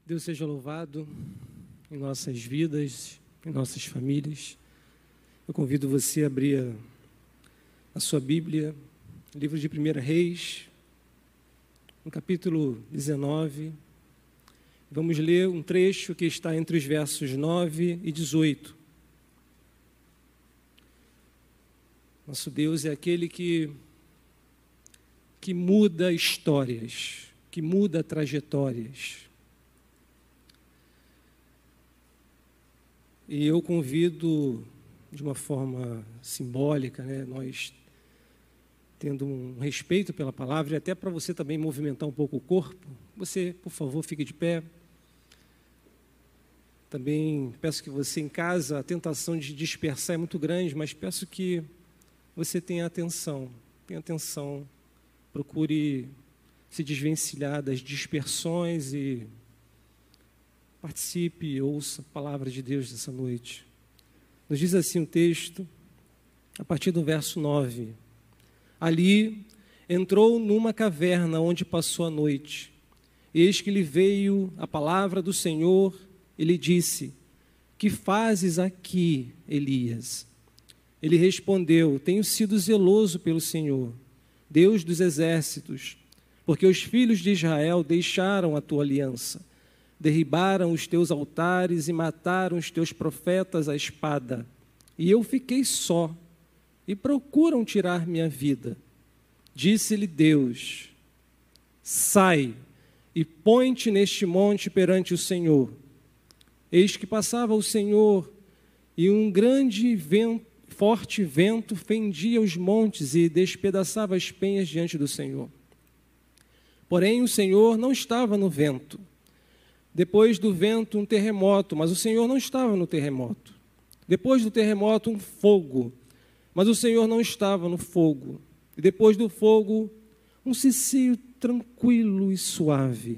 Deus seja louvado em nossas vidas, em nossas famílias. Eu convido você a abrir a sua Bíblia, livro de 1 Reis, no capítulo 19. Vamos ler um trecho que está entre os versos 9 e 18. Nosso Deus é aquele que muda histórias, que muda trajetórias. E eu convido, de uma forma simbólica, nós tendo um respeito pela palavra, e até para você também movimentar um pouco o corpo, você, por favor, fique de pé. Também peço que você em casa, a tentação de dispersar é muito grande, mas peço que você tenha atenção, procure se desvencilhar das dispersões e participe e ouça a palavra de Deus dessa noite. Nos diz assim o texto, a partir do verso 9. Ali entrou numa caverna onde passou a noite. Eis que lhe veio a palavra do Senhor e lhe disse: Que fazes aqui, Elias? Ele respondeu: Tenho sido zeloso pelo Senhor, Deus dos exércitos, porque os filhos de Israel deixaram a tua aliança, derribaram os teus altares e mataram os teus profetas à espada. E eu fiquei só, e procuram tirar minha vida. Disse-lhe Deus: Sai e põe-te neste monte perante o Senhor. Eis que passava o Senhor, e um grande forte vento fendia os montes e despedaçava as penhas diante do Senhor. Porém, o Senhor não estava no vento. Depois do vento, um terremoto, mas o Senhor não estava no terremoto. Depois do terremoto, um fogo, mas o Senhor não estava no fogo. E depois do fogo, um cicio tranquilo e suave.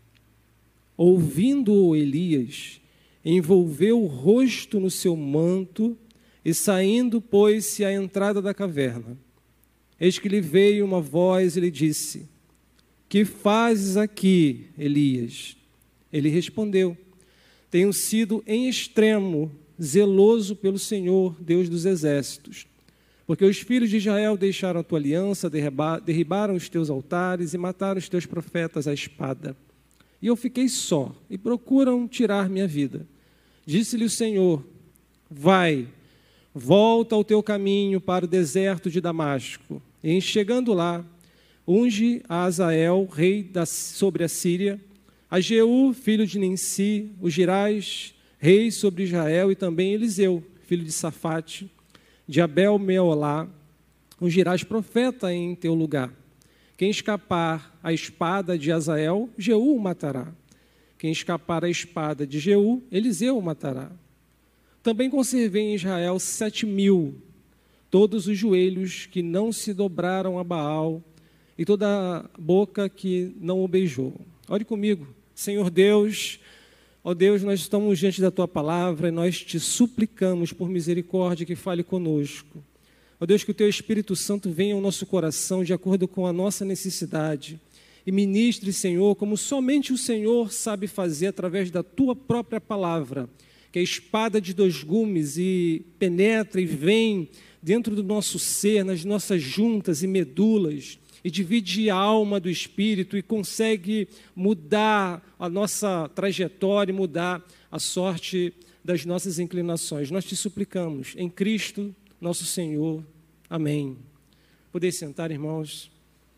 Ouvindo-o Elias, envolveu o rosto no seu manto e saindo, pôs-se à entrada da caverna. Eis que lhe veio uma voz e lhe disse: Que fazes aqui, Elias? Ele respondeu: Tenho sido em extremo zeloso pelo Senhor, Deus dos exércitos, porque os filhos de Israel deixaram a tua aliança, derribaram os teus altares e mataram os teus profetas à espada. E eu fiquei só, e procuram tirar minha vida. Disse-lhe o Senhor: Vai, volta ao teu caminho para o deserto de Damasco, e em chegando lá, unge a Azael, rei sobre a Síria, a Jeú, filho de Ninsi, o Girais, rei sobre Israel, e também Eliseu, filho de Safate, de Abel-Meolá, ungirás profeta em teu lugar. Quem escapar à espada de Azael, Jeú o matará. Quem escapar à espada de Jeú, Eliseu o matará. Também conservei em Israel 7.000, todos os joelhos que não se dobraram a Baal, e toda a boca que não o beijou. Ore comigo. Senhor Deus, ó Deus, nós estamos diante da Tua palavra e nós te suplicamos por misericórdia que fale conosco. Ó Deus, que o Teu Espírito Santo venha ao nosso coração de acordo com a nossa necessidade e ministre, Senhor, como somente o Senhor sabe fazer através da Tua própria palavra, que é a espada de dois gumes e penetra e vem dentro do nosso ser, nas nossas juntas e medulas, e divide a alma do Espírito e consegue mudar a nossa trajetória, mudar a sorte das nossas inclinações. Nós te suplicamos, em Cristo, nosso Senhor. Amém. Poder sentar, irmãos.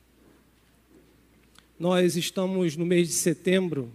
Nós estamos no mês de setembro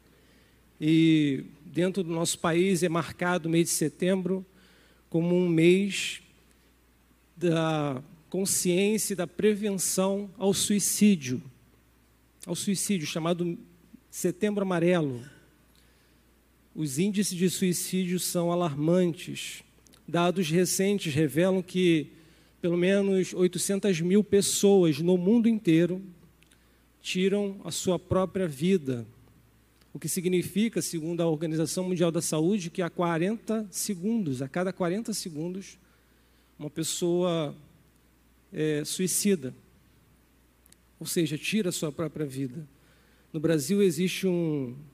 e dentro do nosso país é marcado o mês de setembro como um mês da consciência da prevenção ao suicídio, chamado Setembro Amarelo. Os índices de suicídio são alarmantes. Dados recentes revelam que pelo menos 800.000 pessoas no mundo inteiro tiram a sua própria vida, o que significa, segundo a Organização Mundial da Saúde, que a cada 40 segundos, uma pessoa suicida, ou seja, tira a sua própria vida. No Brasil existe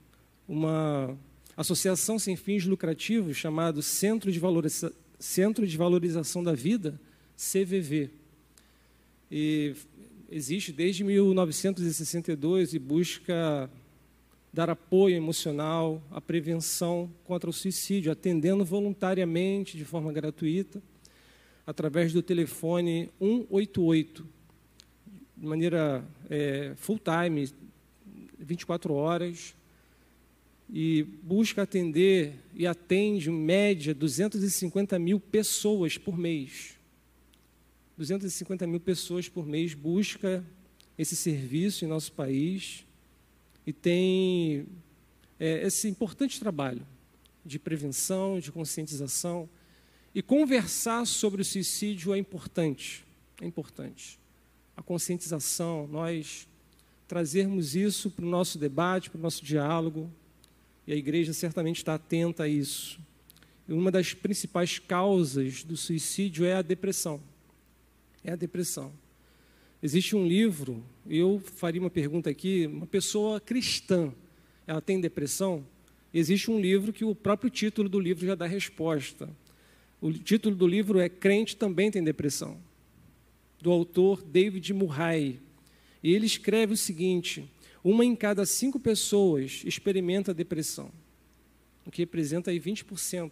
uma associação sem fins lucrativos chamado Centro de Valorização da Vida, CVV. E existe desde 1962 e busca dar apoio emocional à prevenção contra o suicídio, atendendo voluntariamente, de forma gratuita, através do telefone 188, de maneira full-time, 24 horas, e busca atender e atende, em média, 250 mil pessoas por mês. 250 mil pessoas por mês busca esse serviço em nosso país e tem esse importante trabalho de prevenção, de conscientização. E conversar sobre o suicídio é importante, é importante. A conscientização, nós trazermos isso para o nosso debate, para o nosso diálogo, e a igreja certamente está atenta a isso. E uma das principais causas do suicídio é a depressão. É a depressão. Existe um livro, eu faria uma pergunta aqui, uma pessoa cristã, ela tem depressão? Existe um livro que o próprio título do livro já dá resposta. O título do livro é Crente Também Tem Depressão, do autor David Murray. E ele escreve o seguinte: 1 em cada 5 pessoas experimenta depressão, o que representa aí 20%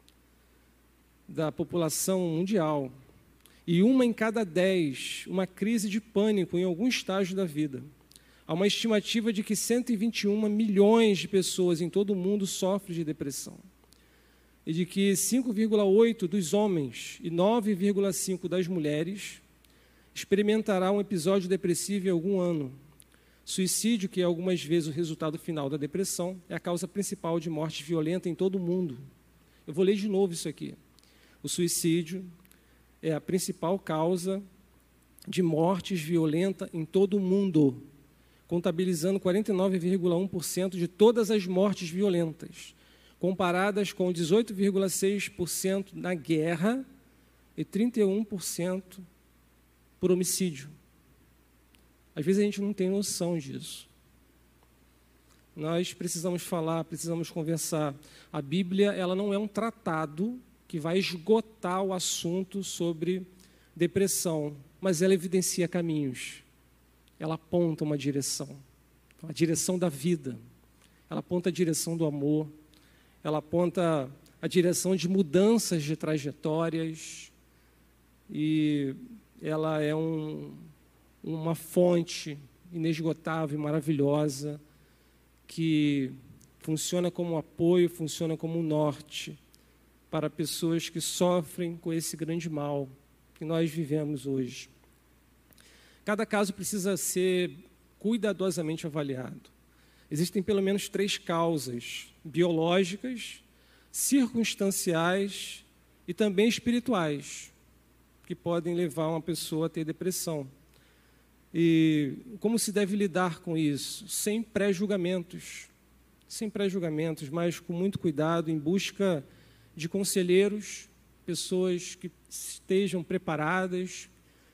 da população mundial. E 1 em cada 10, uma crise de pânico em algum estágio da vida. Há uma estimativa de que 121 milhões de pessoas em todo o mundo sofrem de depressão. E de que 5,8 dos homens e 9,5 das mulheres experimentará um episódio depressivo em algum ano. Suicídio, que é algumas vezes o resultado final da depressão, é a causa principal de morte violenta em todo o mundo. Eu vou ler de novo isso aqui. O suicídio é a principal causa de mortes violenta em todo o mundo, contabilizando 49,1% de todas as mortes violentas, comparadas com 18,6% na guerra e 31% por homicídio. Às vezes a gente não tem noção disso. Nós precisamos falar, precisamos conversar. A Bíblia, ela não é um tratado que vai esgotar o assunto sobre depressão, mas ela evidencia caminhos. Ela aponta uma direção, a direção da vida. Ela aponta a direção do amor. Ela aponta a direção de mudanças de trajetórias. E ela é uma fonte inesgotável e maravilhosa que funciona como apoio, funciona como um norte para pessoas que sofrem com esse grande mal que nós vivemos hoje. Cada caso precisa ser cuidadosamente avaliado. Existem pelo menos 3 causas biológicas, circunstanciais e também espirituais que podem levar uma pessoa a ter depressão. E como se deve lidar com isso? Sem pré-julgamentos, mas com muito cuidado, em busca de conselheiros, pessoas que estejam preparadas.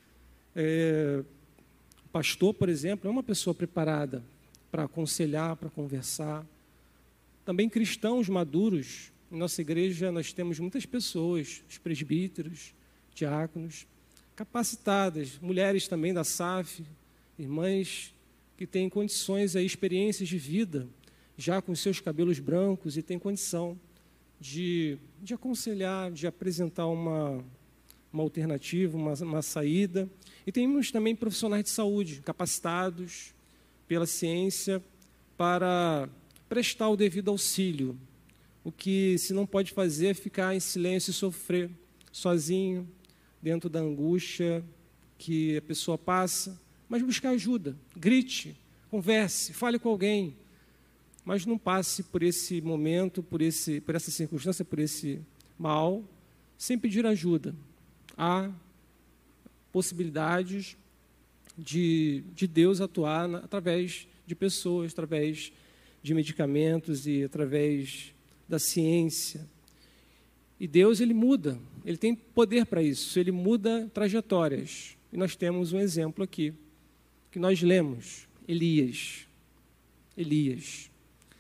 O pastor, por exemplo, é uma pessoa preparada para aconselhar, para conversar. Também cristãos maduros. Em nossa igreja nós temos muitas pessoas, os presbíteros, diáconos, capacitadas, mulheres também da SAF, irmãs que têm condições, experiências de vida, já com seus cabelos brancos e têm condição de aconselhar, de apresentar uma alternativa, uma saída. E temos também profissionais de saúde, capacitados pela ciência para prestar o devido auxílio. O que se não pode fazer é ficar em silêncio e sofrer sozinho, dentro da angústia que a pessoa passa, mas buscar ajuda, grite, converse, fale com alguém, mas não passe por esse momento, por essa circunstância, por esse mal, sem pedir ajuda. Há possibilidades de Deus atuar através de pessoas, através de medicamentos e através da ciência. E Deus, Ele muda, Ele tem poder para isso, Ele muda trajetórias. E nós temos um exemplo aqui, que nós lemos, Elias.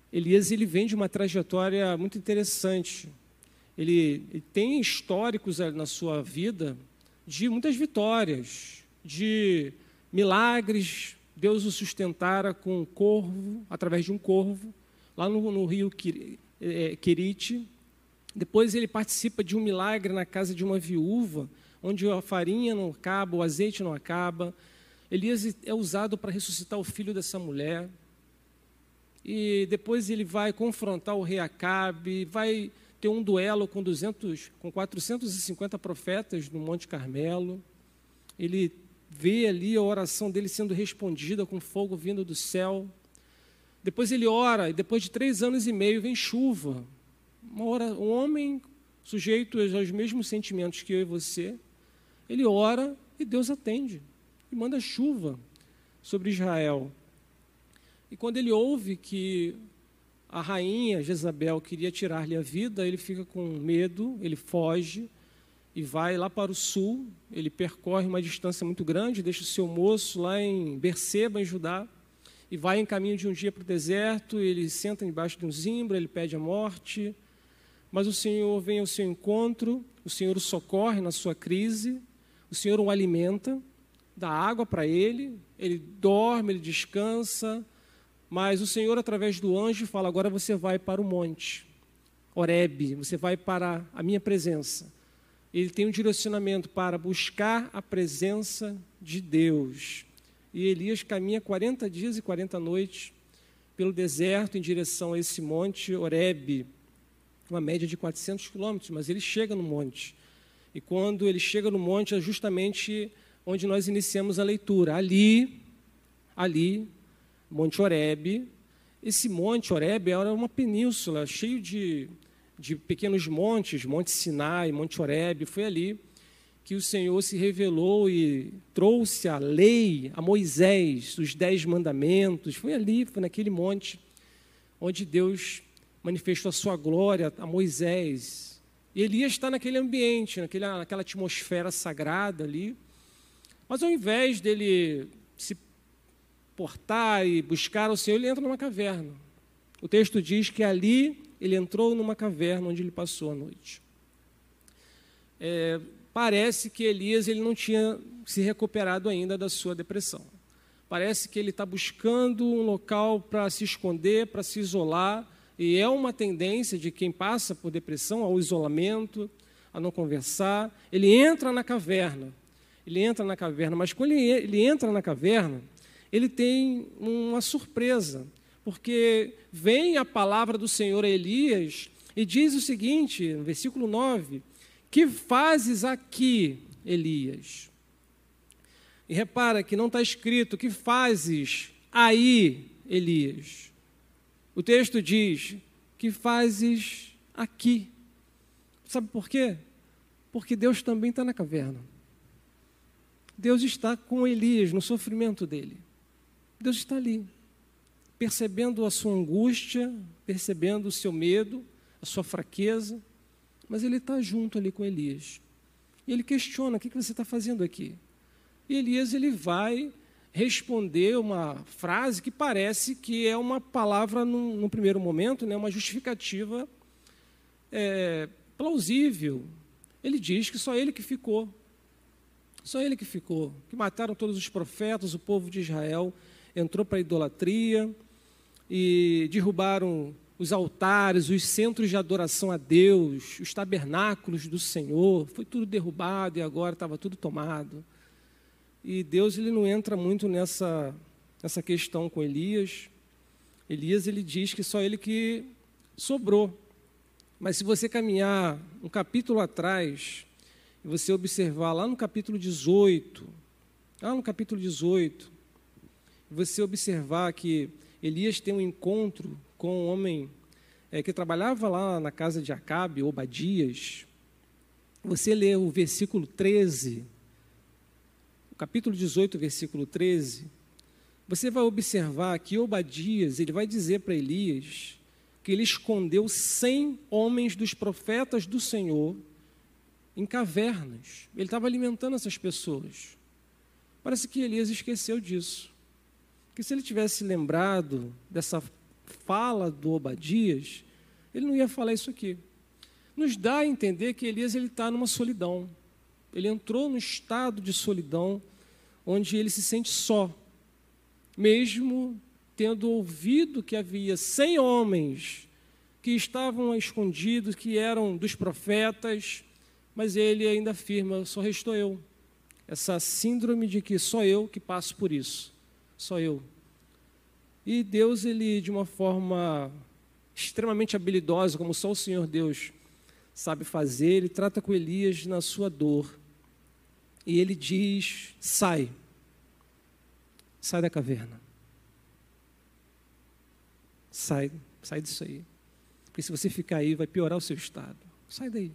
Elias, ele vem de uma trajetória muito interessante. Ele tem históricos na sua vida de muitas vitórias, de milagres. Deus o sustentara com um corvo, através de um corvo, lá no rio Querite. Depois ele participa de um milagre na casa de uma viúva, onde a farinha não acaba, o azeite não acaba. Elias é usado para ressuscitar o filho dessa mulher. E depois ele vai confrontar o rei Acabe, vai ter um duelo com 450 profetas no Monte Carmelo. Ele vê ali a oração dele sendo respondida com fogo vindo do céu. Depois ele ora, e depois de 3 anos e meio vem chuva. Um homem sujeito aos mesmos sentimentos que eu e você, ele ora e Deus atende, e manda chuva sobre Israel. E quando ele ouve que a rainha Jezabel queria tirar-lhe a vida, ele fica com medo, ele foge e vai lá para o sul. Ele percorre uma distância muito grande, deixa o seu moço lá em Berseba, em Judá, e vai em caminho de um dia para o deserto. Ele senta embaixo de um zimbro, ele pede a morte, mas o Senhor vem ao seu encontro, o Senhor o socorre na sua crise, o Senhor o alimenta, dá água para ele dorme, ele descansa, mas o Senhor, através do anjo, fala: agora você vai para o monte Horebe, você vai para a minha presença. Ele tem um direcionamento para buscar a presença de Deus. E Elias caminha 40 dias e 40 noites pelo deserto em direção a esse monte Horebe, uma média de 400 quilômetros, mas ele chega no monte. E quando ele chega no monte, é justamente onde nós iniciamos a leitura. Ali, Monte Horebe. Esse Monte Horebe era uma península cheio de pequenos montes, Monte Sinai, Monte Horebe. Foi ali que o Senhor se revelou e trouxe a lei a Moisés, os 10 mandamentos. Foi naquele monte, onde Deus manifestou a sua glória a Moisés. E Elias está naquele ambiente, naquela atmosfera sagrada ali. Mas ao invés dele se portar e buscar o Senhor, ele entra numa caverna. O texto diz que ali ele entrou numa caverna onde ele passou a noite. Parece que Elias ele não tinha se recuperado ainda da sua depressão. Parece que ele está buscando um local para se esconder, para se isolar, e é uma tendência de quem passa por depressão ao isolamento, a não conversar. Ele entra na caverna, mas quando ele entra na caverna, ele tem uma surpresa, porque vem a palavra do Senhor a Elias e diz o seguinte, no versículo 9: que fazes aqui, Elias? E repara que não está escrito: que fazes aí, Elias? O texto diz: que fazes aqui? Sabe por quê? Porque Deus também está na caverna. Deus está com Elias no sofrimento dele. Deus está ali, percebendo a sua angústia, percebendo o seu medo, a sua fraqueza, mas ele está junto ali com Elias. E ele questiona: o que você está fazendo aqui? E Elias ele vai responder uma frase que parece que é uma palavra, num primeiro momento, né, uma justificativa plausível. Ele diz que só ele que ficou. Só ele que ficou. Que mataram todos os profetas, o povo de Israel entrou para a idolatria e derrubaram os altares, os centros de adoração a Deus, os tabernáculos do Senhor. Foi tudo derrubado e agora estava tudo tomado. E Deus ele não entra muito nessa questão com Elias. Elias ele diz que só ele que sobrou. Mas se você caminhar um capítulo atrás, e você observar lá no capítulo 18, você observar que Elias tem um encontro com um homem que trabalhava lá na casa de Acabe, Obadias. Você lê o versículo 13, o capítulo 18, versículo 13, você vai observar que Obadias ele vai dizer para Elias que ele escondeu 100 homens dos profetas do Senhor em cavernas. Ele estava alimentando essas pessoas. Parece que Elias esqueceu disso. Porque se ele tivesse lembrado dessa fala do Obadias, ele não ia falar isso aqui. Nos dá a entender que Elias está numa solidão. Ele entrou num estado de solidão, onde ele se sente só, mesmo tendo ouvido que havia 100 homens que estavam escondidos, que eram dos profetas, mas ele ainda afirma, só restou eu. Essa síndrome de que só eu que passo por isso, só eu. E Deus, ele, de uma forma extremamente habilidosa, como só o Senhor Deus sabe fazer, ele trata com Elias na sua dor. E ele diz, sai da caverna. Sai disso aí. Porque se você ficar aí, vai piorar o seu estado. Sai daí.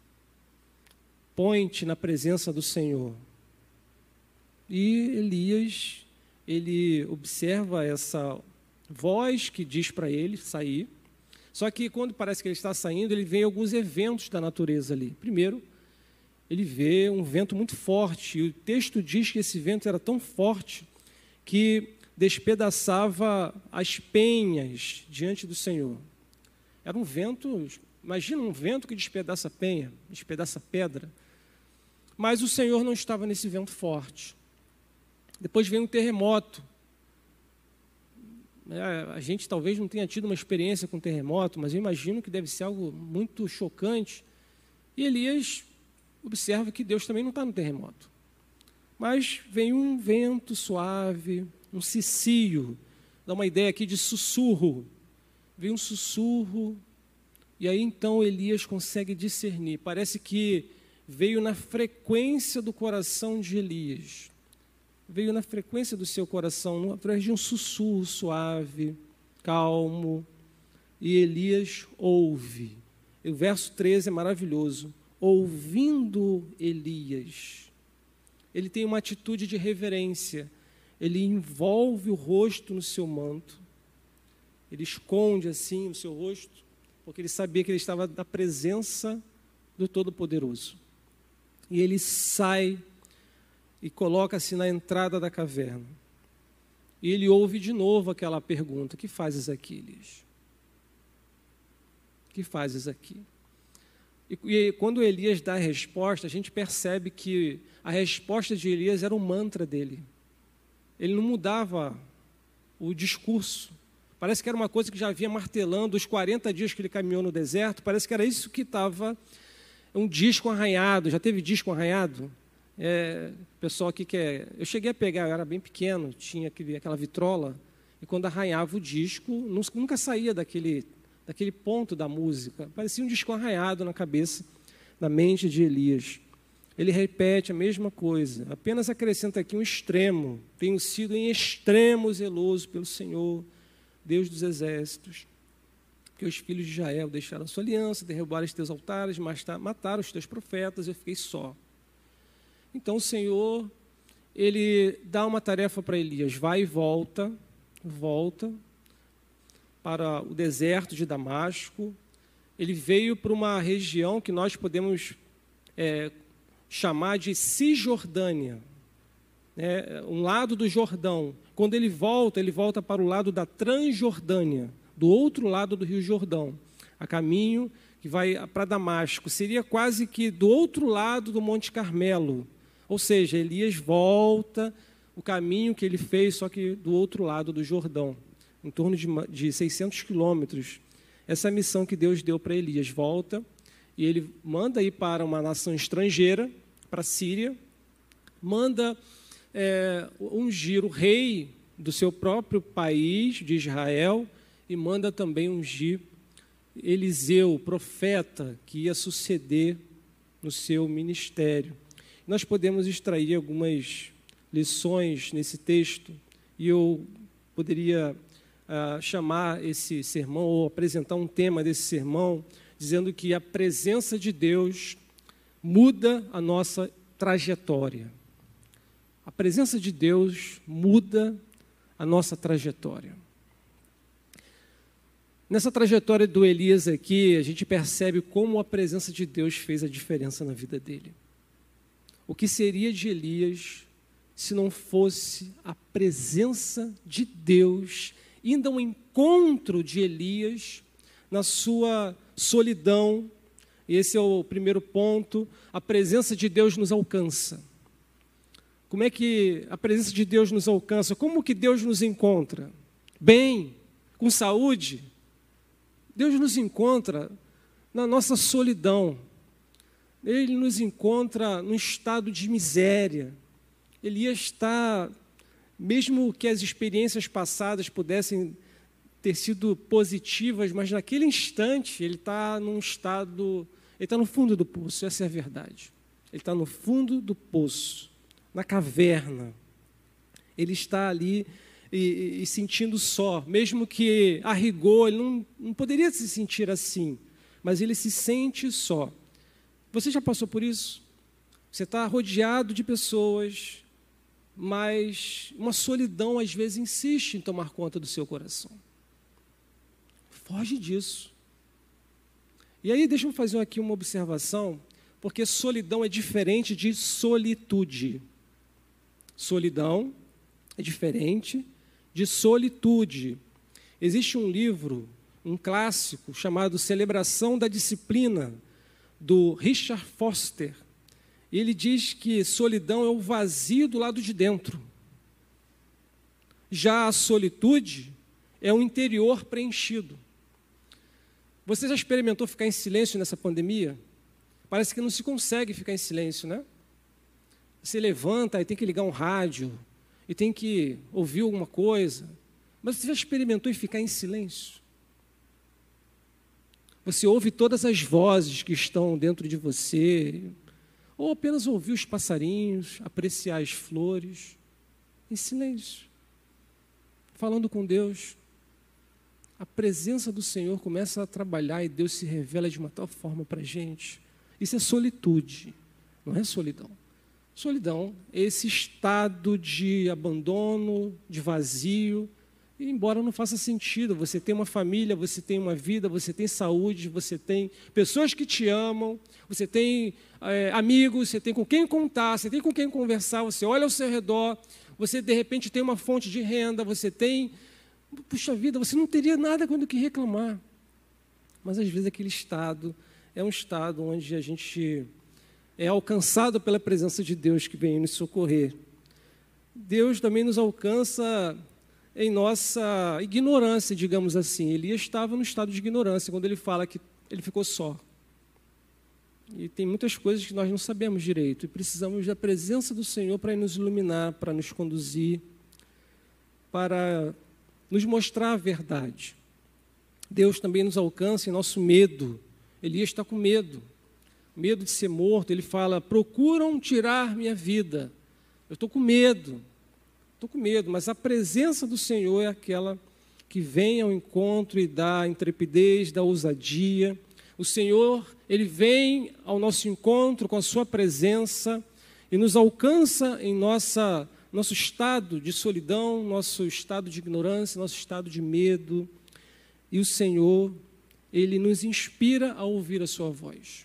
Põe-te na presença do Senhor. E Elias, ele observa essa voz que diz para ele sair. Só que quando parece que ele está saindo, ele vê alguns eventos da natureza ali. Primeiro, ele vê um vento muito forte. E o texto diz que esse vento era tão forte que despedaçava as penhas diante do Senhor. Era um vento, imagina um vento que despedaça penha, despedaça pedra. Mas o Senhor não estava nesse vento forte. Depois vem um terremoto. A gente talvez não tenha tido uma experiência com terremoto, mas eu imagino que deve ser algo muito chocante. E Elias observa que Deus também não está no terremoto. Mas vem um vento suave, um cicio, dá uma ideia aqui de sussurro. Vem um sussurro, e aí então Elias consegue discernir. Parece que veio na frequência do coração de Elias. Veio na frequência do seu coração, através de um sussurro suave, calmo, e Elias ouve. E o verso 13 é maravilhoso. Ouvindo Elias, ele tem uma atitude de reverência, ele envolve o rosto no seu manto, ele esconde assim o seu rosto, porque ele sabia que ele estava na presença do Todo-Poderoso. E ele sai e coloca-se na entrada da caverna. E ele ouve de novo aquela pergunta: que fazes aqui, Elias? Que fazes aqui? E quando Elias dá a resposta, a gente percebe que a resposta de Elias era o mantra dele. Ele não mudava o discurso. Parece que era uma coisa que já vinha martelando os 40 dias que ele caminhou no deserto. Parece que era isso que estava, um disco arranhado. Já teve disco arranhado? O pessoal aqui eu cheguei a pegar, eu era bem pequeno, tinha aquela vitrola, e quando arranhava o disco, nunca saía daquele ponto da música. Parecia um disco arranhado na cabeça, na mente de Elias. Ele repete a mesma coisa, apenas acrescenta aqui um extremo: tenho sido em extremo zeloso pelo Senhor, Deus dos exércitos, que os filhos de Israel deixaram a sua aliança, derrubaram os teus altares, mataram os teus profetas, eu fiquei só. Então o Senhor, ele dá uma tarefa para Elias: vai e volta para o deserto de Damasco. Ele veio para uma região que nós podemos chamar de Cisjordânia, um lado do Jordão. Quando ele volta para o lado da Transjordânia, do outro lado do Rio Jordão, a caminho que vai para Damasco. Seria quase que do outro lado do Monte Carmelo. Ou seja, Elias volta o caminho que ele fez, só que do outro lado do Jordão, em torno de 600 quilômetros. Essa é a missão que Deus deu para Elias. Volta e ele manda ir para uma nação estrangeira, para a Síria, manda ungir o rei do seu próprio país, de Israel, e manda também ungir Eliseu, o profeta, que ia suceder no seu ministério. Nós podemos extrair algumas lições nesse texto, e eu poderia chamar esse sermão, ou apresentar um tema desse sermão, dizendo que a presença de Deus muda a nossa trajetória. A presença de Deus muda a nossa trajetória. Nessa trajetória do Elias aqui, a gente percebe como a presença de Deus fez a diferença na vida dele. O que seria de Elias se não fosse a presença de Deus indo ao encontro de Elias na sua solidão. E esse é o primeiro ponto, a presença de Deus nos alcança. Como é que a presença de Deus nos alcança? Como que Deus nos encontra? Bem, com saúde? Deus nos encontra na nossa solidão. Ele nos encontra num estado de miséria. Elias está, mesmo que as experiências passadas pudessem ter sido positivas, mas naquele instante ele está num estado, ele está no fundo do poço, essa é a verdade. Ele está no fundo do poço, na caverna. Ele está ali e sentindo só, mesmo que a rigor ele não poderia se sentir assim, mas ele se sente só. Você já passou por isso? Você está rodeado de pessoas, mas uma solidão às vezes insiste em tomar conta do seu coração. Foge disso. E aí deixa eu fazer aqui uma observação, porque solidão é diferente de solitude. Solidão é diferente de solitude. Existe um livro, um clássico, chamado Celebração da Disciplina, do Richard Foster. E ele diz que solidão é o vazio do lado de dentro. Já a solitude é o interior preenchido. Você já experimentou ficar em silêncio nessa pandemia? Parece que não se consegue ficar em silêncio, né? Você levanta e tem que ligar um rádio, e tem que ouvir alguma coisa. Mas você já experimentou ficar em silêncio? Você ouve todas as vozes que estão dentro de você, ou apenas ouvir os passarinhos, apreciar as flores, em silêncio, falando com Deus. A presença do Senhor começa a trabalhar e Deus se revela de uma tal forma para a gente. Isso é solitude, não é solidão. Solidão é esse estado de abandono, de vazio, e embora não faça sentido, você tem uma família, você tem uma vida, você tem saúde, você tem pessoas que te amam, você tem amigos, você tem com quem contar, você tem com quem conversar, você olha ao seu redor, você de repente tem uma fonte de renda, você tem... Puxa vida, você não teria nada com o que reclamar. Mas às vezes aquele estado é um estado onde a gente é alcançado pela presença de Deus que vem nos socorrer. Deus também nos alcança em nossa ignorância, digamos assim. Elias estava no estado de ignorância quando ele fala que ele ficou só. E tem muitas coisas que nós não sabemos direito e precisamos da presença do Senhor para nos iluminar, para nos conduzir, para nos mostrar a verdade. Deus também nos alcança em nosso medo. Elias está com medo de ser morto. Ele fala, procuram tirar minha vida. Eu estou com medo, mas a presença do Senhor é aquela que vem ao encontro e dá a intrepidez, dá a ousadia. O Senhor, Ele vem ao nosso encontro com a sua presença e nos alcança em nosso estado de solidão, nosso estado de ignorância, nosso estado de medo. E o Senhor, Ele nos inspira a ouvir a sua voz.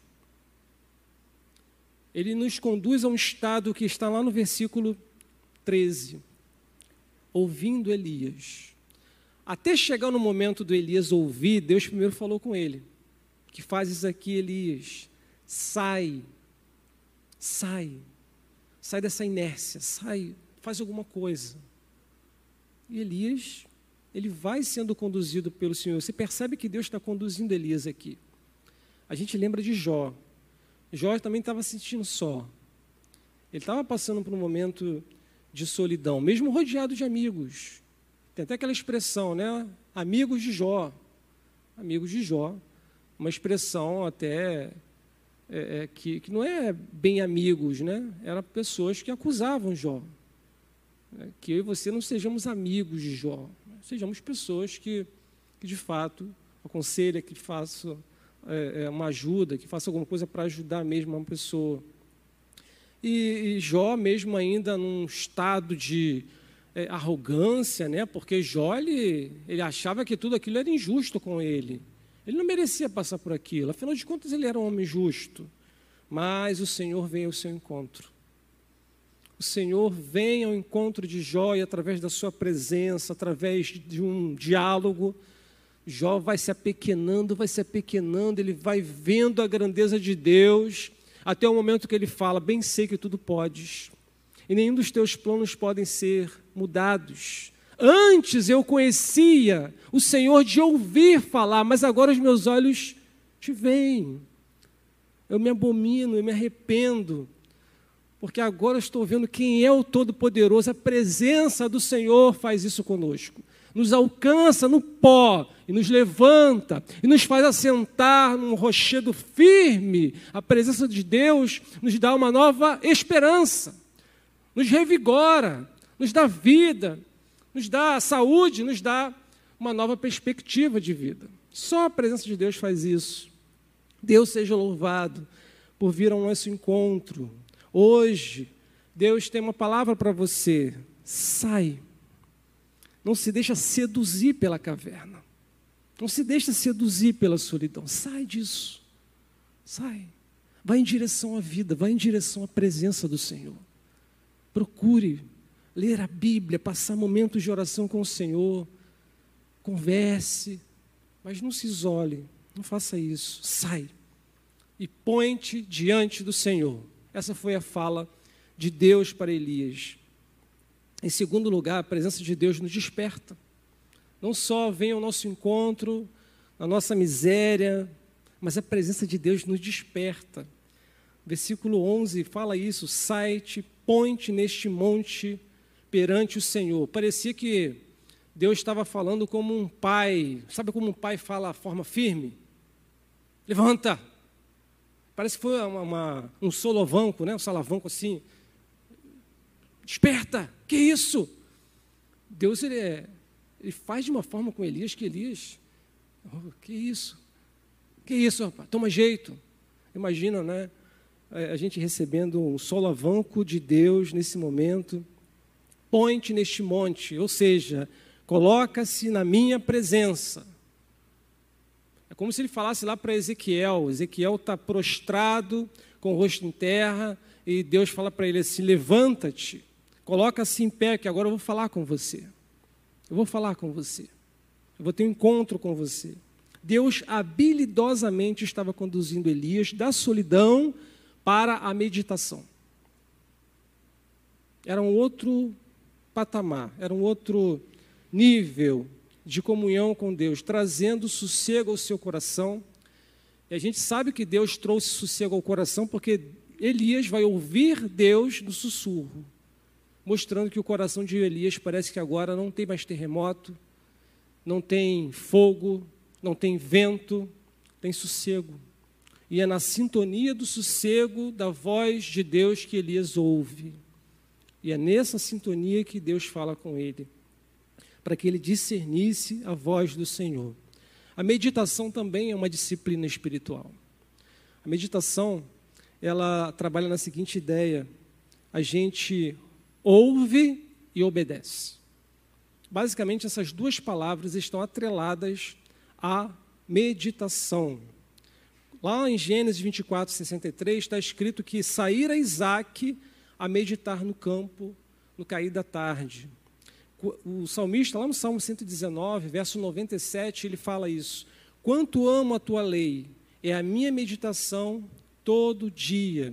Ele nos conduz a um estado que está lá no versículo 13. Ouvindo Elias. Até chegar no momento do Elias ouvir, Deus primeiro falou com ele. Que fazes aqui, Elias? Sai dessa inércia, faz alguma coisa. E Elias, ele vai sendo conduzido pelo Senhor. Você percebe que Deus está conduzindo Elias aqui. A gente lembra de Jó. Jó também estava se sentindo só. Ele estava passando por um momento de solidão, mesmo rodeado de amigos. Tem até aquela expressão, né? Amigos de Jó. Amigos de Jó. Uma expressão até que não é bem amigos, né? Eram pessoas que acusavam Jó. Que eu e você não sejamos amigos de Jó. Sejamos pessoas que de fato, aconselha, que façam uma ajuda, que façam alguma coisa para ajudar mesmo uma pessoa. E Jó, mesmo ainda num estado de arrogância, né? Porque Jó, ele achava que tudo aquilo era injusto com ele. Ele não merecia passar por aquilo, afinal de contas ele era um homem justo. Mas o Senhor veio ao seu encontro. o Senhor vem ao encontro de Jó e através da sua presença, através de um diálogo, Jó vai se apequenando, ele vai vendo a grandeza de Deus, até o momento que ele fala: bem sei que tudo podes, e nenhum dos teus planos podem ser mudados. Antes eu conhecia o Senhor de ouvir falar, mas agora os meus olhos te veem. Eu me abomino, eu me arrependo, porque agora eu estou vendo quem é o Todo-Poderoso. A presença do Senhor faz isso conosco. Nos alcança no pó e nos levanta e nos faz assentar num rochedo firme. A presença de Deus nos dá uma nova esperança, nos revigora, nos dá vida, nos dá saúde, nos dá uma nova perspectiva de vida. Só a presença de Deus faz isso. Deus seja louvado por vir ao nosso encontro. Hoje, Deus tem uma palavra para você. Sai. Não se deixa seduzir pela caverna. Não se deixa seduzir pela solidão. Sai disso. Sai. Vai em direção à vida, vai em direção à presença do Senhor. Procure ler a Bíblia, passar momentos de oração com o Senhor. Converse, mas não se isole. Não faça isso. Sai. E põe-te diante do Senhor. Essa foi a fala de Deus para Elias. Em segundo lugar, a presença de Deus nos desperta. Não só vem ao nosso encontro, na nossa miséria, mas a presença de Deus nos desperta. Versículo 11 fala isso: sai-te, põe-te neste monte perante o Senhor. Parecia que Deus estava falando como um pai. Sabe como um pai fala de forma firme? Levanta. Parece que foi um solavanco, né? Um salavanco assim. Desperta. Que isso? Deus, ele faz de uma forma com Elias que Elias... Oh, que isso? Que isso, rapaz? Toma jeito. Imagina, né? A gente recebendo um solavanco de Deus nesse momento. Põe-te neste monte, ou seja, coloca-se na minha presença. É como se ele falasse lá para Ezequiel. Ezequiel está prostrado, com o rosto em terra, e Deus fala para ele assim: levanta-te, coloca-se em pé, que agora eu vou falar com você. Eu vou falar com você. Eu vou ter um encontro com você. Deus habilidosamente estava conduzindo Elias da solidão para a meditação. Era um outro patamar, era um outro nível de comunhão com Deus, trazendo sossego ao seu coração. E a gente sabe que Deus trouxe sossego ao coração porque Elias vai ouvir Deus no sussurro, mostrando que o coração de Elias parece que agora não tem mais terremoto, não tem fogo, não tem vento, tem sossego. E é na sintonia do sossego da voz de Deus que Elias ouve. E é nessa sintonia que Deus fala com ele, para que ele discernisse a voz do Senhor. A meditação também é uma disciplina espiritual. A meditação, ela trabalha na seguinte ideia: a gente ouve e obedece. Basicamente, essas duas palavras estão atreladas à meditação. Lá em Gênesis 24, 63, está escrito que saíra Isaque a meditar no campo no cair da tarde. O salmista, lá no Salmo 119, verso 97, ele fala isso: quanto amo a tua lei, é a minha meditação todo dia.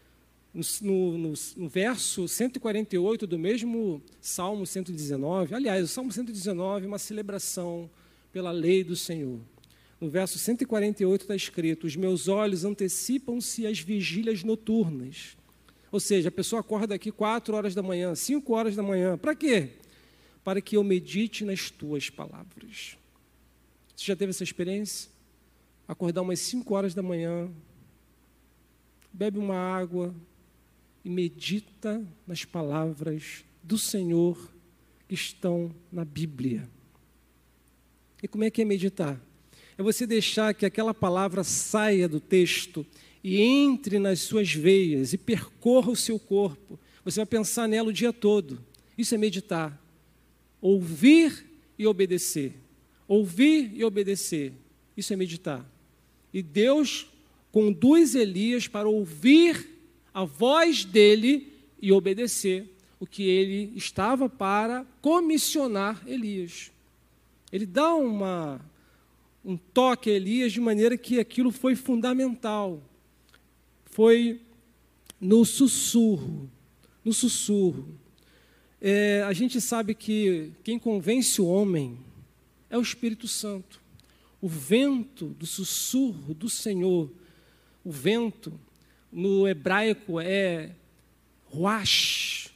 No verso 148 do mesmo Salmo 119, aliás, o Salmo 119 é uma celebração pela lei do Senhor. No verso 148 está escrito: os meus olhos antecipam-se às vigílias noturnas. Ou seja, a pessoa acorda aqui 4 horas da manhã, 5 horas da manhã. Para quê? Para que eu medite nas tuas palavras. Você já teve essa experiência? Acordar umas 5 horas da manhã, bebe uma água e medita nas palavras do Senhor que estão na Bíblia. E como é que é meditar? É você deixar que aquela palavra saia do texto e entre nas suas veias e percorra o seu corpo. Você vai pensar nela o dia todo. Isso é meditar. Ouvir e obedecer. Ouvir e obedecer. Isso é meditar. E Deus conduz Elias para ouvir a voz dele e obedecer o que ele estava para comissionar Elias. Ele dá um toque a Elias de maneira que aquilo foi fundamental. Foi no sussurro. No sussurro. A gente sabe que quem convence o homem é o Espírito Santo. O vento do sussurro do Senhor, o vento, no hebraico é Ruach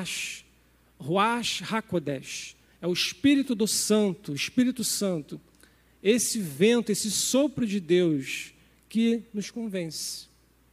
HaKodesh. É o Espírito do Santo, Espírito Santo. Esse vento, esse sopro de Deus que nos convence.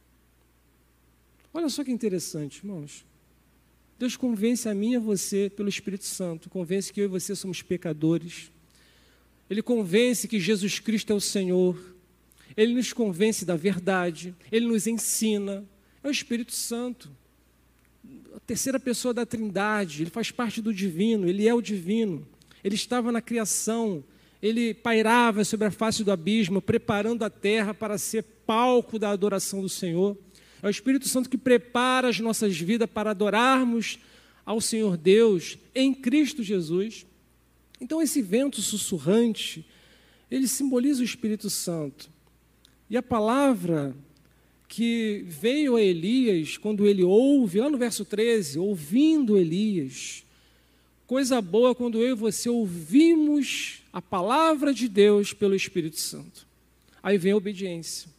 Olha só que interessante, irmãos. Deus convence a mim e a você pelo Espírito Santo, convence que eu e você somos pecadores. Ele convence que Jesus Cristo é o Senhor. Ele nos convence da verdade. Ele nos ensina. É o Espírito Santo. A terceira pessoa da Trindade. Ele faz parte do divino. Ele é o divino. Ele estava na criação. Ele pairava sobre a face do abismo, preparando a terra para ser palco da adoração do Senhor. É o Espírito Santo que prepara as nossas vidas para adorarmos ao Senhor Deus em Cristo Jesus. Então, esse vento sussurrante, ele simboliza o Espírito Santo. E a palavra que veio a Elias, quando ele ouve, lá no verso 13, ouvindo Elias, coisa boa quando eu e você ouvimos a palavra de Deus pelo Espírito Santo. Aí vem a obediência.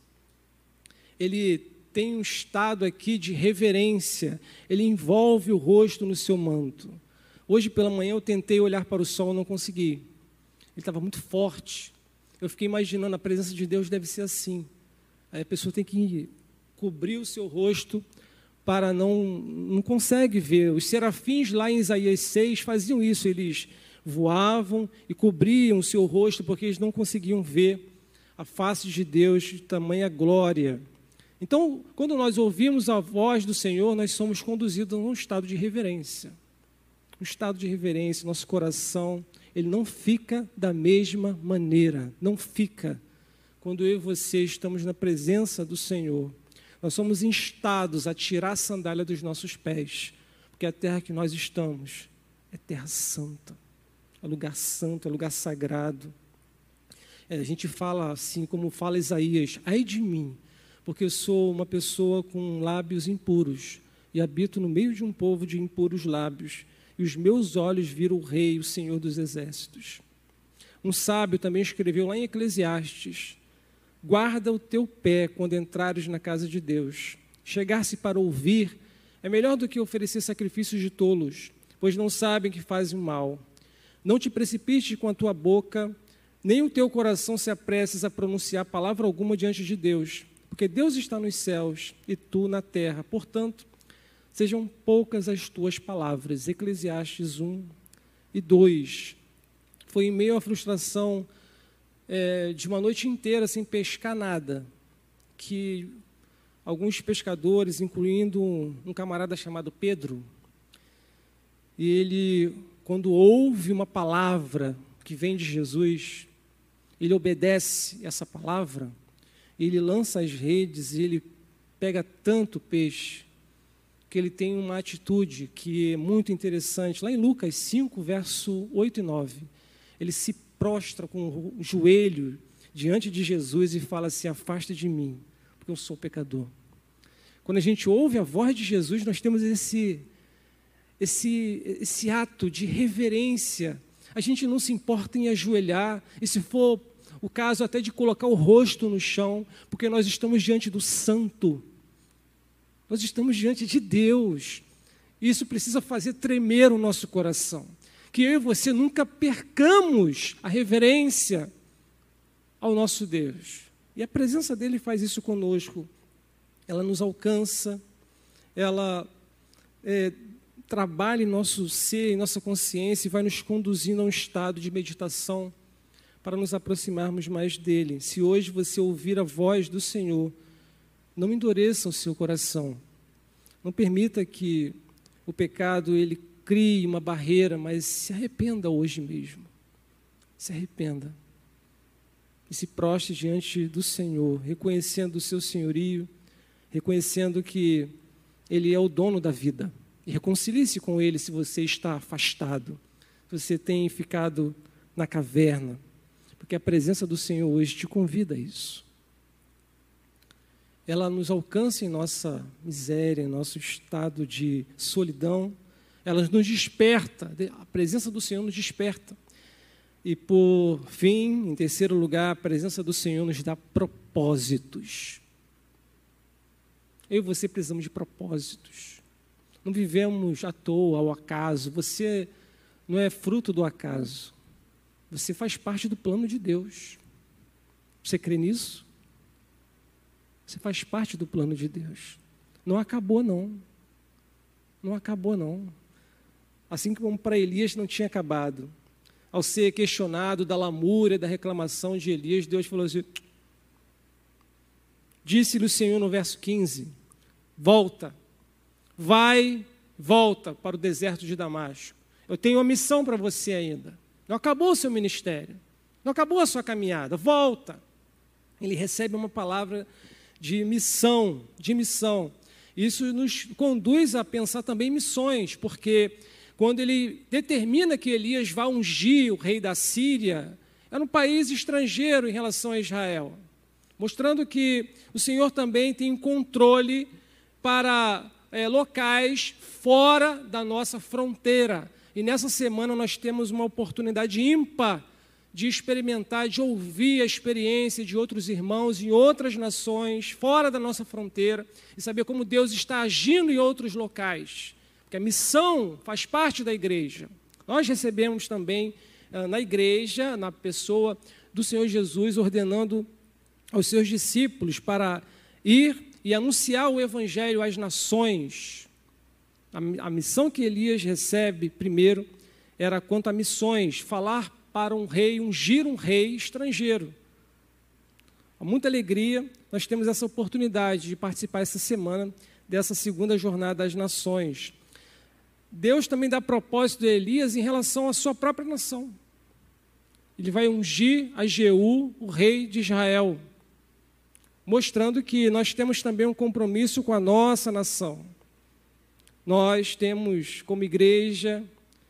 Ele tem um estado aqui de reverência, ele envolve o rosto no seu manto. Hoje pela manhã eu tentei olhar para o sol, não consegui. Ele estava muito forte. Eu fiquei imaginando, a presença de Deus deve ser assim. Aí a pessoa tem que cobrir o seu rosto para não consegue ver. Os serafins lá em Isaías 6 faziam isso, eles voavam e cobriam o seu rosto porque eles não conseguiam ver a face de Deus de tamanha glória. Então, quando nós ouvimos a voz do Senhor, nós somos conduzidos a um estado de reverência. Um estado de reverência, nosso coração, ele não fica da mesma maneira, não fica. Quando eu e você estamos na presença do Senhor, nós somos instados a tirar a sandália dos nossos pés, porque a terra que nós estamos é terra santa, é lugar santo, é lugar sagrado. A gente fala assim, como fala Isaías, ai de mim, porque eu sou uma pessoa com lábios impuros e habito no meio de um povo de impuros lábios, e os meus olhos viram o Rei, o Senhor dos Exércitos. Um sábio também escreveu lá em Eclesiastes, guarda o teu pé quando entrares na casa de Deus. Chegar-se para ouvir é melhor do que oferecer sacrifícios de tolos, pois não sabem que fazem mal. Não te precipites com a tua boca, nem o teu coração se apresses a pronunciar palavra alguma diante de Deus, porque Deus está nos céus e tu na terra. Portanto, sejam poucas as tuas palavras. Eclesiastes 1 e 2. Foi em meio à frustração de uma noite inteira sem pescar nada, que alguns pescadores, incluindo um camarada chamado Pedro, e ele, quando ouve uma palavra que vem de Jesus, ele obedece essa palavra, ele lança as redes e ele pega tanto peixe, que ele tem uma atitude que é muito interessante. Lá em Lucas 5, verso 8 e 9, ele se prostra com o joelho diante de Jesus e fala assim, afasta de mim, porque eu sou pecador. Quando a gente ouve a voz de Jesus, nós temos esse ato de reverência. A gente não se importa em ajoelhar, e se for o caso até de colocar o rosto no chão, porque nós estamos diante do Santo. Nós estamos diante de Deus. Isso precisa fazer tremer o nosso coração. Que eu e você nunca percamos a reverência ao nosso Deus. E a presença dele faz isso conosco. Ela nos alcança, ela trabalha em nosso ser, em nossa consciência, e vai nos conduzindo a um estado de meditação para nos aproximarmos mais dele. Se hoje você ouvir a voz do Senhor, não endureça o seu coração. Não permita que o pecado ele crie uma barreira, mas se arrependa hoje mesmo. Se arrependa. E se prostre diante do Senhor, reconhecendo o seu senhorio, reconhecendo que Ele é o dono da vida. E reconcilie-se com Ele se você está afastado, se você tem ficado na caverna, porque a presença do Senhor hoje te convida a isso. Ela nos alcança em nossa miséria, em nosso estado de solidão, ela nos desperta, a presença do Senhor nos desperta. E por fim, em terceiro lugar, a presença do Senhor nos dá propósitos. Eu e você precisamos de propósitos. Não vivemos à toa, ao acaso. Você não é fruto do acaso. Você faz parte do plano de Deus. Você crê nisso? Você faz parte do plano de Deus. Não acabou, não. Não acabou, não. Assim como para Elias não tinha acabado. Ao ser questionado da lamúria, da reclamação de Elias, Deus falou assim, disse-lhe o Senhor no verso 15, volta, volta para o deserto de Damasco. Eu tenho uma missão para você ainda. Não acabou o seu ministério, não acabou a sua caminhada, volta. Ele recebe uma palavra de missão, Isso nos conduz a pensar também em missões, porque quando ele determina que Elias vá ungir o rei da Síria, era um país estrangeiro em relação a Israel, mostrando que o Senhor também tem controle para locais fora da nossa fronteira. E nessa semana nós temos uma oportunidade ímpar de experimentar, de ouvir a experiência de outros irmãos em outras nações, fora da nossa fronteira, e saber como Deus está agindo em outros locais. Porque a missão faz parte da igreja. Nós recebemos também na igreja, na pessoa do Senhor Jesus, ordenando aos seus discípulos para ir e anunciar o evangelho às nações. A missão que Elias recebe primeiro era quanto a missões, falar para um rei, ungir um rei estrangeiro. Com muita alegria, nós temos essa oportunidade de participar essa semana dessa segunda jornada das nações. Deus também dá propósito a Elias em relação à sua própria nação. Ele vai ungir a Jeú, o rei de Israel, mostrando que nós temos também um compromisso com a nossa nação. Nós temos, como igreja,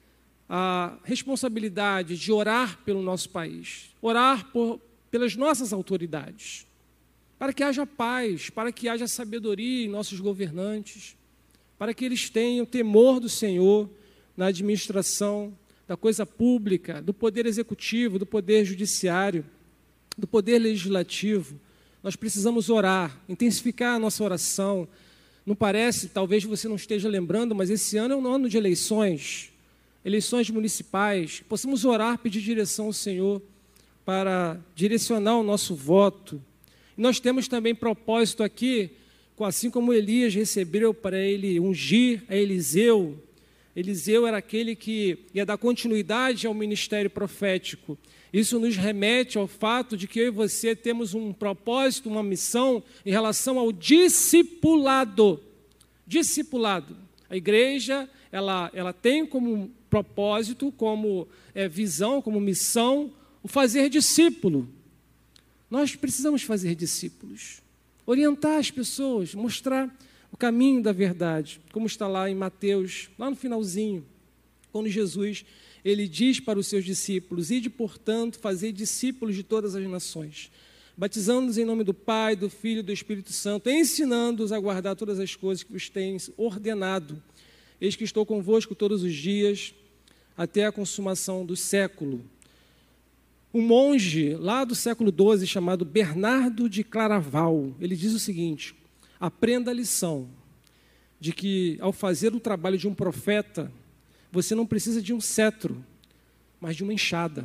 a responsabilidade de orar pelo nosso país, orar pelas nossas autoridades, para que haja paz, para que haja sabedoria em nossos governantes, para que eles tenham temor do Senhor na administração da coisa pública, do poder executivo, do poder judiciário, do poder legislativo. Nós precisamos orar, intensificar a nossa oração. Não parece, talvez você não esteja lembrando, mas esse ano é um ano de eleições municipais. Possamos orar, pedir direção ao Senhor para direcionar o nosso voto. E nós temos também propósito aqui, assim como Elias recebeu para ele ungir a Eliseu. Eliseu era aquele que ia dar continuidade ao ministério profético. Isso nos remete ao fato de que eu e você temos um propósito, uma missão em relação ao discipulado. Discipulado. A igreja, ela tem como propósito, como visão, como missão, o fazer discípulo. Nós precisamos fazer discípulos. Orientar as pessoas, mostrar o caminho da verdade, como está lá em Mateus, lá no finalzinho, quando Jesus ele diz para os seus discípulos, ide, portanto, fazer discípulos de todas as nações, batizando-os em nome do Pai, do Filho e do Espírito Santo, ensinando-os a guardar todas as coisas que vos tenho ordenado. Eis que estou convosco todos os dias, até a consumação do século. Um monge lá do século XII, chamado Bernardo de Claraval, ele diz o seguinte, aprenda a lição de que, ao fazer o trabalho de um profeta, você não precisa de um cetro, mas de uma enxada.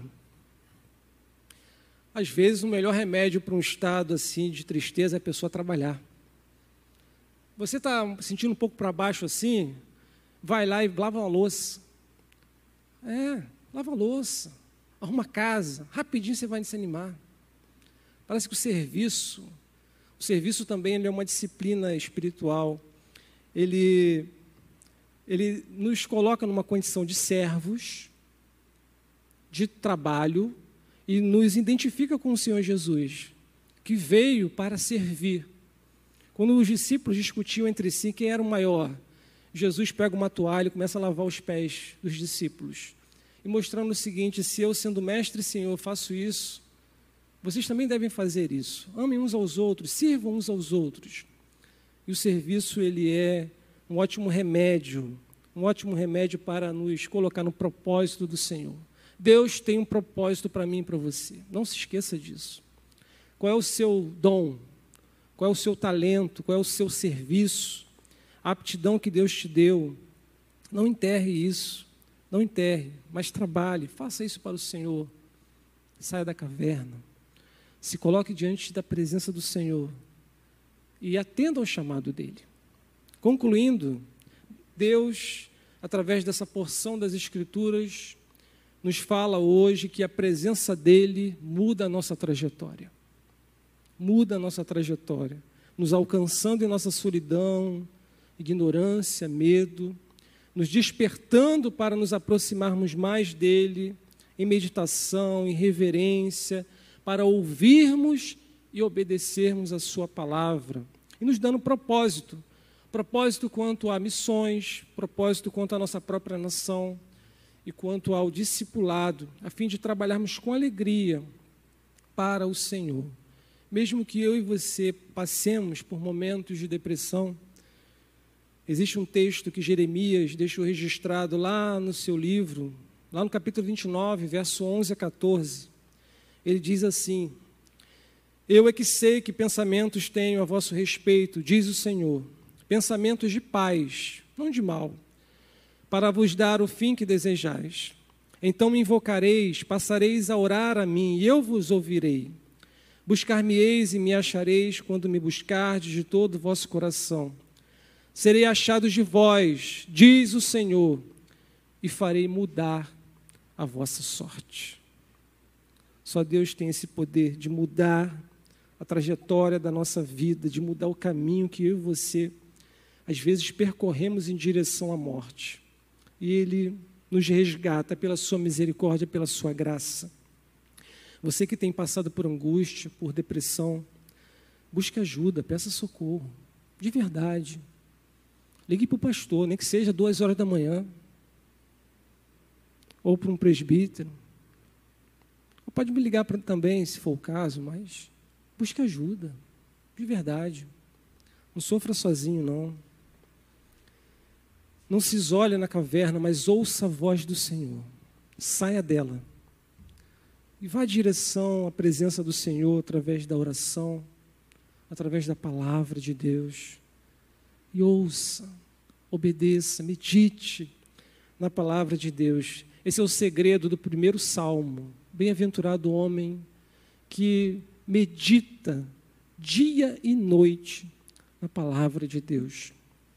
Às vezes, o melhor remédio para um estado assim de tristeza é a pessoa trabalhar. Você está sentindo um pouco para baixo assim, vai lá e lava uma louça. Lava a louça, arruma a casa, rapidinho você vai se animar. Parece que o serviço também ele é uma disciplina espiritual. Ele nos coloca numa condição de servos, de trabalho, e nos identifica com o Senhor Jesus, que veio para servir. Quando os discípulos discutiam entre si quem era o maior, Jesus pega uma toalha e começa a lavar os pés dos discípulos, e mostrando o seguinte: se eu, sendo mestre e Senhor, faço isso, vocês também devem fazer isso. Amem uns aos outros, sirvam uns aos outros. E o serviço, ele é um ótimo remédio para nos colocar no propósito do Senhor. Deus tem um propósito para mim e para você. Não se esqueça disso. Qual é o seu dom? Qual é o seu talento? Qual é o seu serviço? A aptidão que Deus te deu. Não enterre isso. Não enterre, mas trabalhe. Faça isso para o Senhor. Saia da caverna. Se coloque diante da presença do Senhor e atenda ao chamado dele. Concluindo, Deus, através dessa porção das Escrituras, nos fala hoje que a presença dele muda a nossa trajetória. Muda a nossa trajetória, nos alcançando em nossa solidão, ignorância, medo, nos despertando para nos aproximarmos mais dele, em meditação, em reverência, para ouvirmos e obedecermos a sua palavra, e nos dando propósito quanto a missões, propósito quanto à nossa própria nação e quanto ao discipulado, a fim de trabalharmos com alegria para o Senhor. Mesmo que eu e você passemos por momentos de depressão, existe um texto que Jeremias deixou registrado lá no seu livro, lá no capítulo 29, verso 11 a 14. Ele diz assim: eu é que sei que pensamentos tenho a vosso respeito, diz o Senhor, pensamentos de paz, não de mal, para vos dar o fim que desejais. Então me invocareis, passareis a orar a mim, e eu vos ouvirei. Buscar-me-eis e me achareis quando me buscardes de todo o vosso coração. Serei achados de vós, diz o Senhor, e farei mudar a vossa sorte. Só Deus tem esse poder de mudar a trajetória da nossa vida, de mudar o caminho que eu e você, às vezes, percorremos em direção à morte. E Ele nos resgata pela sua misericórdia, pela sua graça. Você que tem passado por angústia, por depressão, busque ajuda, peça socorro, de verdade. Ligue para o pastor, nem que seja 2 horas da manhã, ou para um presbítero. Ou pode me ligar também, se for o caso, mas busque ajuda, de verdade. Não sofra sozinho, não. Não se isole na caverna, mas ouça a voz do Senhor. Saia dela. E vá em direção à presença do Senhor através da oração, através da palavra de Deus. E ouça, obedeça, medite na palavra de Deus. Esse é o segredo do primeiro salmo. Bem-aventurado o homem que medita dia e noite na palavra de Deus.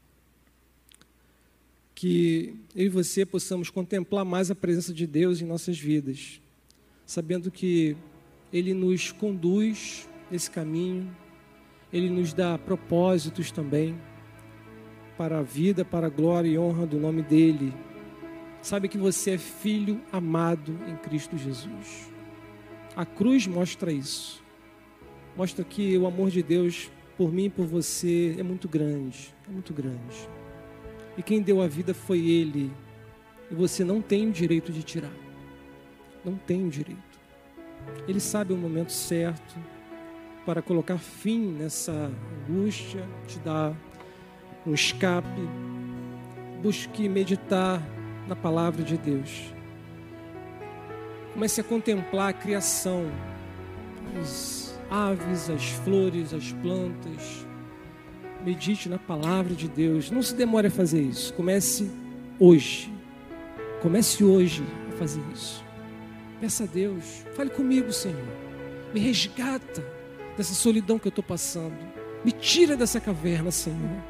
Que eu e você possamos contemplar mais a presença de Deus em nossas vidas, sabendo que Ele nos conduz nesse caminho, Ele nos dá propósitos também para a vida, para a glória e honra do nome dEle. Sabe que você é filho amado em Cristo Jesus. A cruz mostra isso. Mostra que o amor de Deus por mim e por você é muito grande, é muito grande. E quem deu a vida foi Ele. E você não tem o direito de tirar. Não tem o direito. Ele sabe o momento certo para colocar fim nessa angústia, te dar um escape. Busque meditar na palavra de Deus. Comece a contemplar a criação, as aves, as flores, as plantas. Medite na palavra de Deus. Não se demore a fazer isso. Comece hoje. Comece hoje a fazer isso. Peça a Deus. Fale comigo, Senhor. Me resgata dessa solidão que eu estou passando. Me tira dessa caverna, Senhor.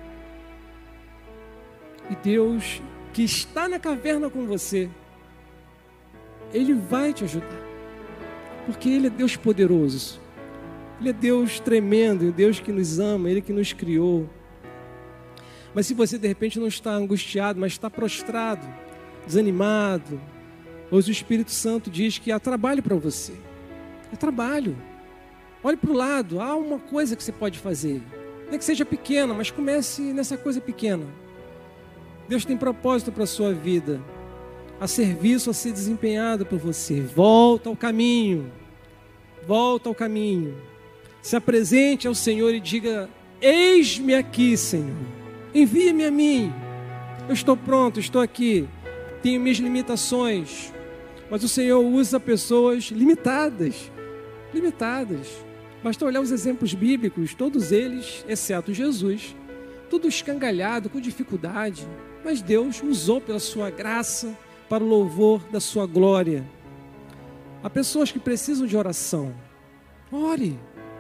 E Deus, que está na caverna com você, Ele vai te ajudar. Porque Ele é Deus poderoso. Ele é Deus tremendo, Deus que nos ama, Ele que nos criou. Mas se você de repente não está angustiado, mas está prostrado, desanimado, hoje o Espírito Santo diz que há trabalho para você. É trabalho. Olhe para o lado, há uma coisa que você pode fazer. Nem que seja pequena, mas comece nessa coisa pequena. Deus tem propósito para a sua vida. Há serviço a ser desempenhado por você. Volta ao caminho. Volta ao caminho. Se apresente ao Senhor e diga: eis-me aqui, Senhor. Envia-me a mim. Eu estou pronto, estou aqui. Tenho minhas limitações. Mas o Senhor usa pessoas limitadas. Limitadas. Basta olhar os exemplos bíblicos, todos eles, exceto Jesus, tudo escangalhado, com dificuldade. Mas Deus usou pela sua graça para o louvor da sua glória. Há pessoas que precisam de oração. Ore.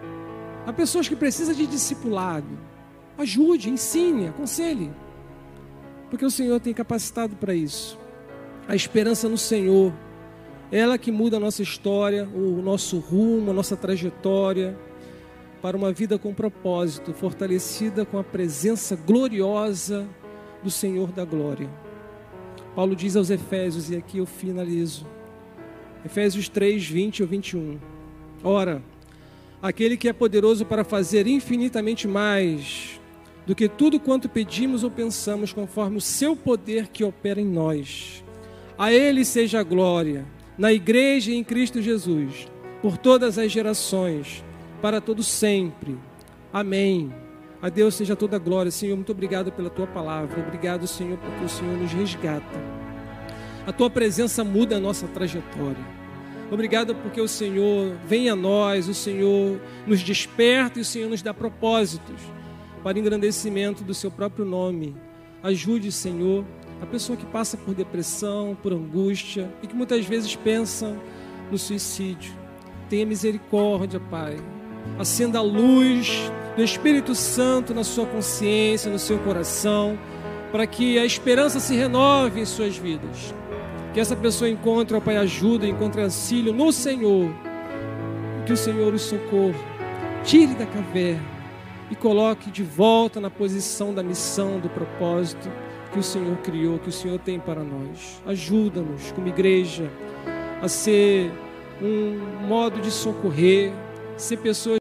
Há pessoas que precisam de discipulado. Ajude, ensine, aconselhe. Porque o Senhor tem capacitado para isso. A esperança no Senhor, ela que muda a nossa história, o nosso rumo, a nossa trajetória, para uma vida com propósito, fortalecida com a presença gloriosa do Senhor da glória. Paulo diz aos Efésios, e aqui eu finalizo, Efésios 3, 20 ou 21. Ora, aquele que é poderoso para fazer infinitamente mais do que tudo quanto pedimos ou pensamos, conforme o seu poder que opera em nós. A Ele seja a glória, na igreja e em Cristo Jesus, por todas as gerações, para todo sempre. Amém. A Deus seja toda a glória. Senhor, muito obrigado pela Tua palavra. Obrigado, Senhor, porque o Senhor nos resgata. A Tua presença muda a nossa trajetória. Obrigado porque o Senhor vem a nós, o Senhor nos desperta e o Senhor nos dá propósitos para engrandecimento do Seu próprio nome. Ajude, Senhor, a pessoa que passa por depressão, por angústia e que muitas vezes pensa no suicídio. Tenha misericórdia, Pai. Acenda a luz do Espírito Santo na sua consciência, no seu coração, para que a esperança se renove em suas vidas. Que essa pessoa encontre, ó Pai, ajuda, encontre auxílio no Senhor. Que o Senhor os socorra, tire da caverna e coloque de volta na posição da missão, do propósito que o Senhor criou, que o Senhor tem para nós. Ajuda-nos, como igreja, a ser um modo de socorrer, ser pessoas